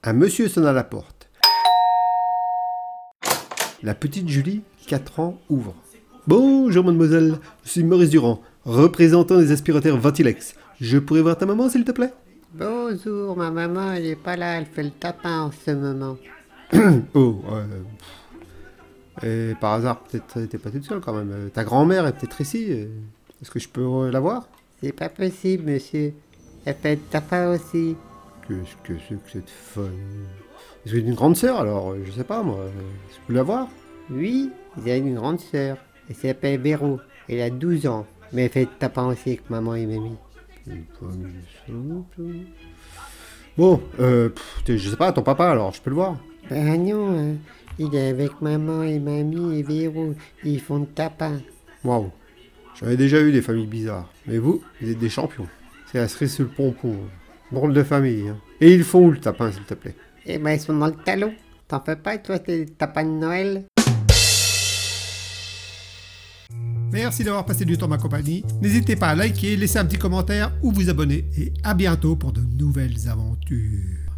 Un monsieur sonne à la porte. La petite Julie, 4 ans, ouvre. Bonjour mademoiselle, je suis Maurice Durand, représentant des aspirateurs Ventilex. Je pourrais voir ta maman s'il te plaît? Bonjour, ma maman, elle est pas là, elle fait le tapin en ce moment. Oh, et par hasard, peut-être t'es pas toute seule quand même. Ta grand-mère est peut-être ici. Est-ce que je peux la voir? C'est pas possible, monsieur. Elle fait le tapin aussi. Qu'est-ce que c'est que cette folle? Est-ce que c'est une grande sœur alors? Je sais pas moi. Je peux la voir? Oui, il a une grande sœur. Elle s'appelle Véro. Elle a 12 ans. Mais elle fait le tapin aussi avec maman et mamie. Bon, je sais pas, ton papa alors, je peux le voir? Ben non, hein. Il est avec maman et mamie et Véro. Ils font le tapin. Waouh, j'avais déjà eu des familles bizarres. Mais vous êtes des champions. C'est la cerise sur le pompon. Drôle de famille. Hein. Et ils font où le tapin, s'il te plaît? Eh ben, ils sont dans le talon. T'en fais pas, toi, tes tapins de Noël? Merci d'avoir passé du temps ma compagnie. N'hésitez pas à liker, laisser un petit commentaire ou vous abonner. Et à bientôt pour de nouvelles aventures.